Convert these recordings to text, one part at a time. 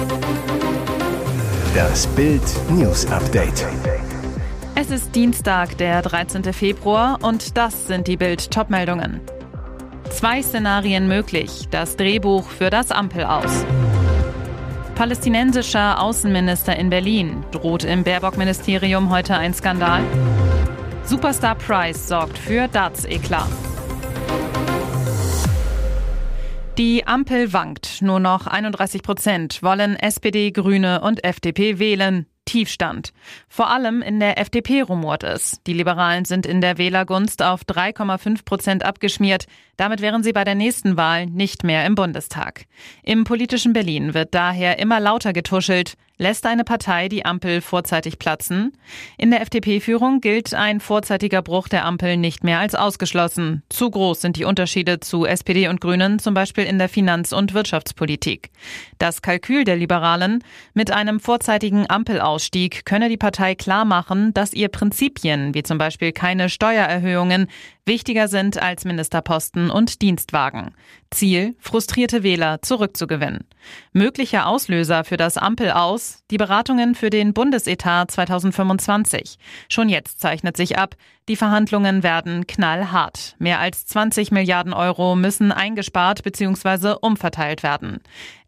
Das Bild News Update. Es ist Dienstag, der 13. Februar und das sind die Bild-Top-Meldungen. 2 Szenarien möglich, das Drehbuch für das Ampel-Aus. Palästinensischer Außenminister in Berlin. Droht im Baerbock-Ministerium heute ein Skandal? Superstar Price sorgt für Darts-Eklat. Die Ampel wankt. Nur noch 31% wollen SPD, Grüne und FDP wählen. Tiefstand. Vor allem in der FDP rumort es. Die Liberalen sind in der Wählergunst auf 3,5% abgeschmiert. Damit wären sie bei der nächsten Wahl nicht mehr im Bundestag. Im politischen Berlin wird daher immer lauter getuschelt. Lässt eine Partei die Ampel vorzeitig platzen? In der FDP-Führung gilt ein vorzeitiger Bruch der Ampel nicht mehr als ausgeschlossen. Zu groß sind die Unterschiede zu SPD und Grünen, zum Beispiel in der Finanz- und Wirtschaftspolitik. Das Kalkül der Liberalen: mit einem vorzeitigen Ampelausstieg könne die Partei klar machen, dass ihr Prinzipien, wie zum Beispiel keine Steuererhöhungen, wichtiger sind als Ministerposten und Dienstwagen. Ziel: frustrierte Wähler zurückzugewinnen. Möglicher Auslöser für das Ampel-Aus: die Beratungen für den Bundesetat 2025. Schon jetzt zeichnet sich ab, die Verhandlungen werden knallhart. Mehr als 20 Milliarden Euro müssen eingespart bzw. umverteilt werden.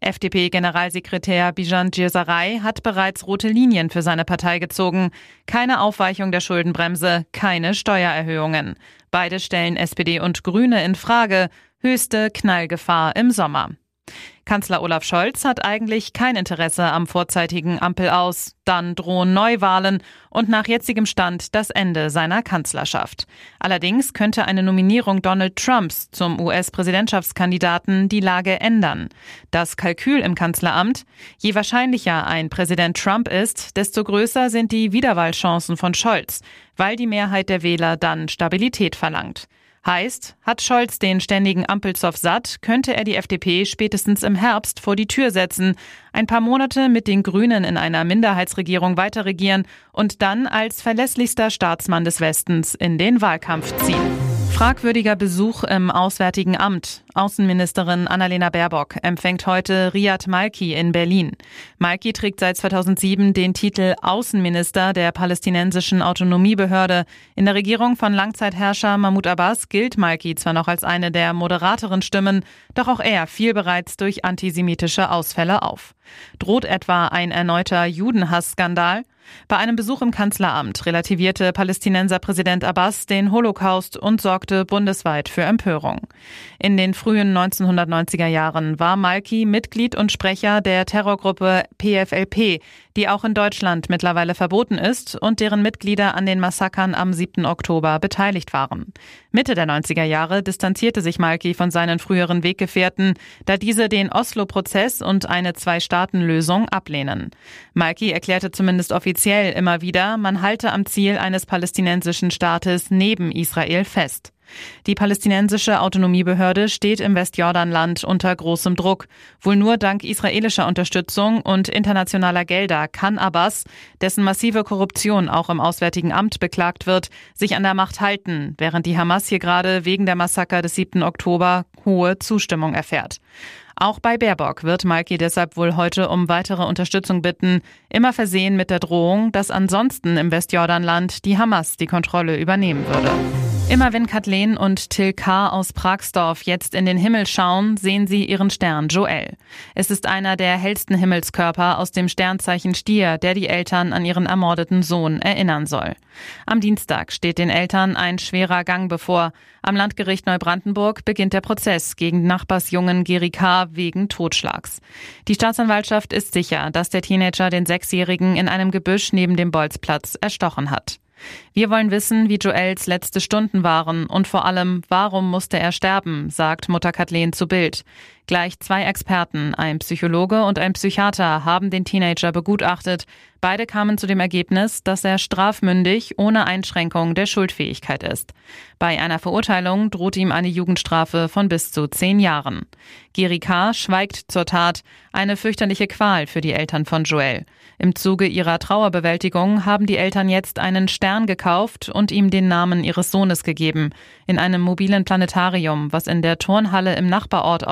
FDP-Generalsekretär Bijan Djirsaray hat bereits rote Linien für seine Partei gezogen. Keine Aufweichung der Schuldenbremse, keine Steuererhöhungen. Beide stellen SPD und Grüne in Frage. Höchste Knallgefahr im Sommer. Kanzler Olaf Scholz hat eigentlich kein Interesse am vorzeitigen Ampel-Aus. Dann drohen Neuwahlen und nach jetzigem Stand das Ende seiner Kanzlerschaft. Allerdings könnte eine Nominierung Donald Trumps zum US-Präsidentschaftskandidaten die Lage ändern. Das Kalkül im Kanzleramt: je wahrscheinlicher ein Präsident Trump ist, desto größer sind die Wiederwahlchancen von Scholz, weil die Mehrheit der Wähler dann Stabilität verlangt. Heißt, hat Scholz den ständigen Ampelzoff satt, könnte er die FDP spätestens im Herbst vor die Tür setzen, ein paar Monate mit den Grünen in einer Minderheitsregierung weiterregieren und dann als verlässlichster Staatsmann des Westens in den Wahlkampf ziehen. Fragwürdiger Besuch im Auswärtigen Amt. Außenministerin Annalena Baerbock empfängt heute Riyad Malki in Berlin. Malki trägt seit 2007 den Titel Außenminister der palästinensischen Autonomiebehörde. In der Regierung von Langzeitherrscher Mahmoud Abbas gilt Malki zwar noch als eine der moderateren Stimmen, doch auch er fiel bereits durch antisemitische Ausfälle auf. Droht etwa ein erneuter Judenhassskandal? Bei einem Besuch im Kanzleramt relativierte Palästinenserpräsident Abbas den Holocaust und sorgte bundesweit für Empörung. In den frühen 1990er Jahren war Malki Mitglied und Sprecher der Terrorgruppe PFLP, die auch in Deutschland mittlerweile verboten ist und deren Mitglieder an den Massakern am 7. Oktober beteiligt waren. Mitte der 90er Jahre distanzierte sich Malki von seinen früheren Weggefährten, da diese den Oslo-Prozess und eine Zwei-Staaten-Lösung ablehnen. Malki erklärte zumindest offiziell immer wieder, man halte am Ziel eines palästinensischen Staates neben Israel fest. Die palästinensische Autonomiebehörde steht im Westjordanland unter großem Druck. Wohl nur dank israelischer Unterstützung und internationaler Gelder kann Abbas, dessen massive Korruption auch im Auswärtigen Amt beklagt wird, sich an der Macht halten, während die Hamas hier gerade wegen der Massaker des 7. Oktober hohe Zustimmung erfährt. Auch bei Baerbock wird Malki deshalb wohl heute um weitere Unterstützung bitten, immer versehen mit der Drohung, dass ansonsten im Westjordanland die Hamas die Kontrolle übernehmen würde. Immer wenn Kathleen und Till K. aus Pragsdorf jetzt in den Himmel schauen, sehen sie ihren Stern Joel. Es ist einer der hellsten Himmelskörper aus dem Sternzeichen Stier, der die Eltern an ihren ermordeten Sohn erinnern soll. Am Dienstag steht den Eltern ein schwerer Gang bevor. Am Landgericht Neubrandenburg beginnt der Prozess gegen Nachbarsjungen Geri K. wegen Totschlags. Die Staatsanwaltschaft ist sicher, dass der Teenager den 6-Jährigen in einem Gebüsch neben dem Bolzplatz erstochen hat. Wir wollen wissen, wie Joels letzte Stunden waren und vor allem, warum musste er sterben, sagt Mutter Kathleen zu Bild. Gleich 2 Experten, ein Psychologe und ein Psychiater, haben den Teenager begutachtet. Beide kamen zu dem Ergebnis, dass er strafmündig ohne Einschränkung der Schuldfähigkeit ist. Bei einer Verurteilung droht ihm eine Jugendstrafe von bis zu 10 Jahren. Geri K. schweigt zur Tat, eine fürchterliche Qual für die Eltern von Joel. Im Zuge ihrer Trauerbewältigung haben die Eltern jetzt einen Stern gekauft und ihm den Namen ihres Sohnes gegeben. In einem mobilen Planetarium, was in der Turnhalle im Nachbarort aufgestellt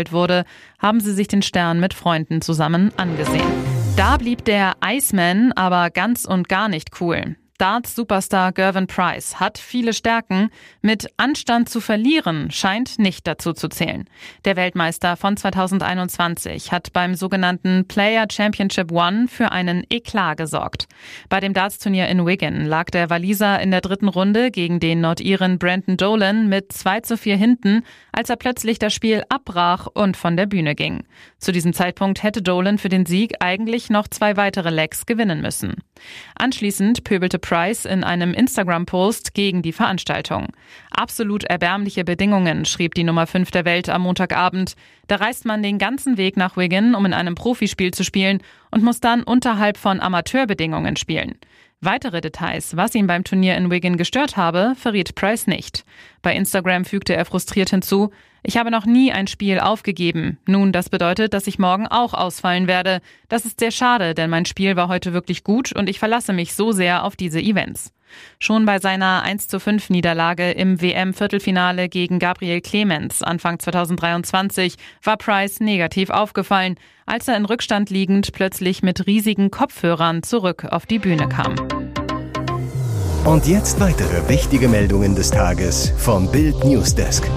präsentiert wurde, haben sie sich den Stern mit Freunden zusammen angesehen. Da blieb der Iceman aber ganz und gar nicht cool. Darts-Superstar Gervin Price hat viele Stärken. Mit Anstand zu verlieren scheint nicht dazu zu zählen. Der Weltmeister von 2021 hat beim sogenannten Player Championship One für einen Eklat gesorgt. Bei dem Darts-Turnier in Wigan lag der Waliser in der dritten Runde gegen den Nordiren Brendan Dolan mit 2:4 hinten, als er plötzlich das Spiel abbrach und von der Bühne ging. Zu diesem Zeitpunkt hätte Dolan für den Sieg eigentlich noch 2 weitere Legs gewinnen müssen. Anschließend pöbelte Price in einem Instagram-Post gegen die Veranstaltung. Absolut erbärmliche Bedingungen, schrieb die Nummer 5 der Welt am Montagabend. Da reist man den ganzen Weg nach Wigan, um in einem Profispiel zu spielen und muss dann unterhalb von Amateurbedingungen spielen. Weitere Details, was ihn beim Turnier in Wigan gestört habe, verriet Price nicht. Bei Instagram fügte er frustriert hinzu: Ich habe noch nie ein Spiel aufgegeben. Nun, das bedeutet, dass ich morgen auch ausfallen werde. Das ist sehr schade, denn mein Spiel war heute wirklich gut und ich verlasse mich so sehr auf diese Events. Schon bei seiner 1:5 Niederlage im WM-Viertelfinale gegen Gabriel Clemens Anfang 2023 war Price negativ aufgefallen, als er in Rückstand liegend plötzlich mit riesigen Kopfhörern zurück auf die Bühne kam. Und jetzt weitere wichtige Meldungen des Tages vom Bild Newsdesk.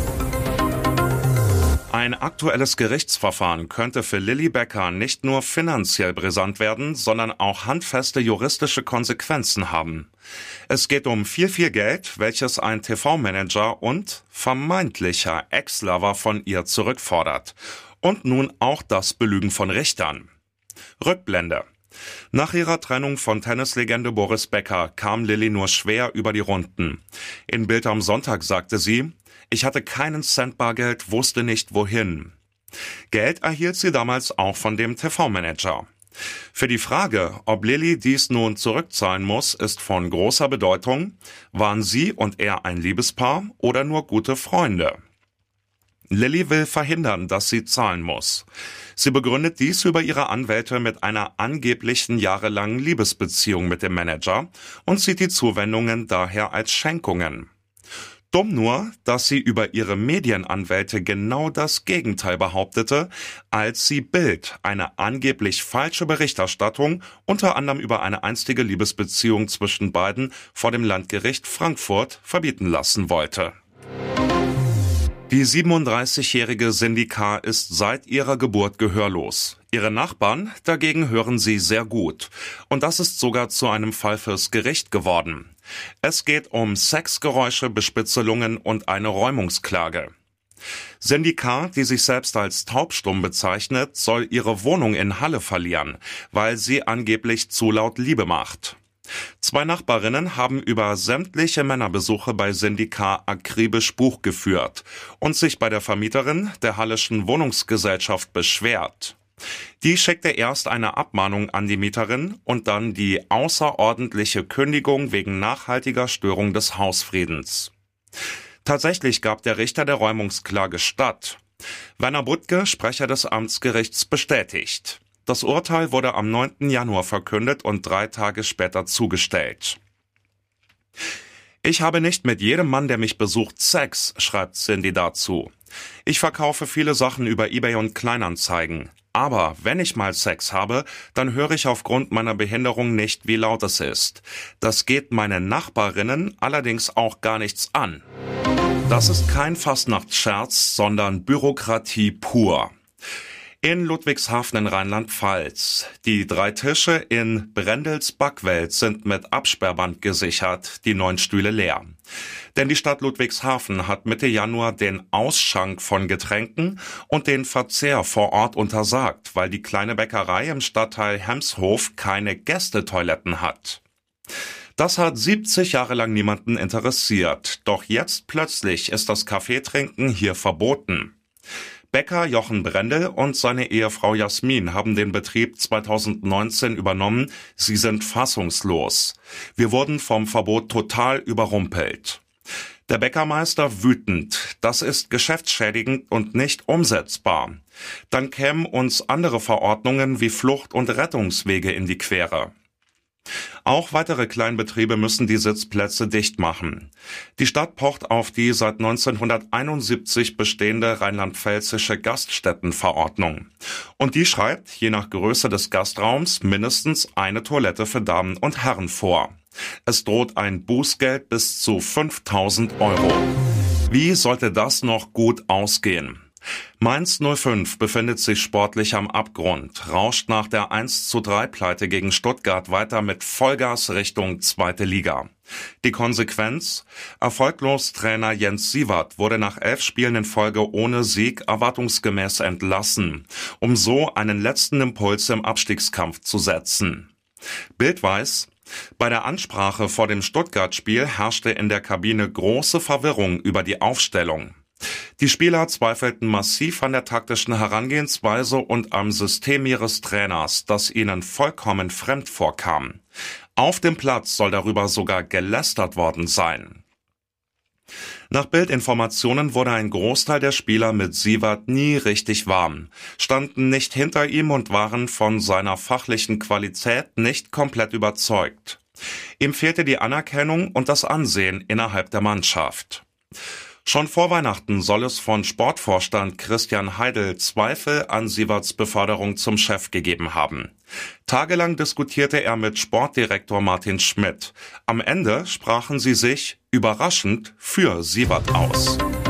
Ein aktuelles Gerichtsverfahren könnte für Lilly Becker nicht nur finanziell brisant werden, sondern auch handfeste juristische Konsequenzen haben. Es geht um viel Geld, welches ein TV-Manager und vermeintlicher Ex-Lover von ihr zurückfordert. Und nun auch das Belügen von Richtern. Rückblende. Nach ihrer Trennung von Tennislegende Boris Becker kam Lilly nur schwer über die Runden. In Bild am Sonntag sagte sie: Ich hatte keinen Cent Bargeld, wusste nicht wohin. Geld erhielt sie damals auch von dem TV-Manager. Für die Frage, ob Lilly dies nun zurückzahlen muss, ist von großer Bedeutung: Waren sie und er ein Liebespaar oder nur gute Freunde? Lilly will verhindern, dass sie zahlen muss. Sie begründet dies über ihre Anwälte mit einer angeblichen jahrelangen Liebesbeziehung mit dem Manager und sieht die Zuwendungen daher als Schenkungen. Dumm nur, dass sie über ihre Medienanwälte genau das Gegenteil behauptete, als sie Bild eine angeblich falsche Berichterstattung, unter anderem über eine einstige Liebesbeziehung zwischen beiden, vor dem Landgericht Frankfurt verbieten lassen wollte. Die 37-jährige Cindy K. ist seit ihrer Geburt gehörlos. Ihre Nachbarn dagegen hören sie sehr gut. Und das ist sogar zu einem Fall fürs Gericht geworden. Es geht um Sexgeräusche, Bespitzelungen und eine Räumungsklage. Cindy K., die sich selbst als taubstumm bezeichnet, soll ihre Wohnung in Halle verlieren, weil sie angeblich zu laut Liebe macht. 2 Nachbarinnen haben über sämtliche Männerbesuche bei Cindy K. akribisch Buch geführt und sich bei der Vermieterin der Halleschen Wohnungsgesellschaft beschwert. Die schickte erst eine Abmahnung an die Mieterin und dann die außerordentliche Kündigung wegen nachhaltiger Störung des Hausfriedens. Tatsächlich gab der Richter der Räumungsklage statt. Werner Butke, Sprecher des Amtsgerichts, bestätigt: Das Urteil wurde am 9. Januar verkündet und 3 Tage später zugestellt. Ich habe nicht mit jedem Mann, der mich besucht, Sex, schreibt Cindy dazu. Ich verkaufe viele Sachen über eBay und Kleinanzeigen. Aber wenn ich mal Sex habe, dann höre ich aufgrund meiner Behinderung nicht, wie laut es ist. Das geht meine Nachbarinnen allerdings auch gar nichts an. Das ist kein Fastnachtsscherz, sondern Bürokratie pur. In Ludwigshafen in Rheinland-Pfalz. Die 3 Tische in Brendels Backwelt sind mit Absperrband gesichert, die 9 Stühle leer. Denn die Stadt Ludwigshafen hat Mitte Januar den Ausschank von Getränken und den Verzehr vor Ort untersagt, weil die kleine Bäckerei im Stadtteil Hemshof keine Gästetoiletten hat. Das hat 70 Jahre lang niemanden interessiert. Doch jetzt plötzlich ist das Kaffeetrinken hier verboten. Bäcker Jochen Brendel und seine Ehefrau Jasmin haben den Betrieb 2019 übernommen. Sie sind fassungslos. Wir wurden vom Verbot total überrumpelt. Der Bäckermeister wütend. Das ist geschäftsschädigend und nicht umsetzbar. Dann kämen uns andere Verordnungen wie Flucht- und Rettungswege in die Quere. Auch weitere Kleinbetriebe müssen die Sitzplätze dicht machen. Die Stadt pocht auf die seit 1971 bestehende rheinland-pfälzische Gaststättenverordnung. Und die schreibt, je nach Größe des Gastraums, mindestens eine Toilette für Damen und Herren vor. Es droht ein Bußgeld bis zu 5.000 Euro. Wie sollte das noch gut ausgehen? Mainz 05 befindet sich sportlich am Abgrund, rauscht nach der 1:3-Pleite gegen Stuttgart weiter mit Vollgas Richtung 2. Liga. Die Konsequenz? Erfolglos Trainer Jens Siewert wurde nach 11 Spielen in Folge ohne Sieg erwartungsgemäß entlassen, um so einen letzten Impuls im Abstiegskampf zu setzen. Bild weiß: Bei der Ansprache vor dem Stuttgart-Spiel herrschte in der Kabine große Verwirrung über die Aufstellung. Die Spieler zweifelten massiv an der taktischen Herangehensweise und am System ihres Trainers, das ihnen vollkommen fremd vorkam. Auf dem Platz soll darüber sogar gelästert worden sein. Nach Bildinformationen wurde ein Großteil der Spieler mit Siewert nie richtig warm, standen nicht hinter ihm und waren von seiner fachlichen Qualität nicht komplett überzeugt. Ihm fehlte die Anerkennung und das Ansehen innerhalb der Mannschaft. Schon vor Weihnachten soll es von Sportvorstand Christian Heidel Zweifel an Sieverts Beförderung zum Chef gegeben haben. Tagelang diskutierte er mit Sportdirektor Martin Schmidt. Am Ende sprachen sie sich, überraschend, für Siewert aus.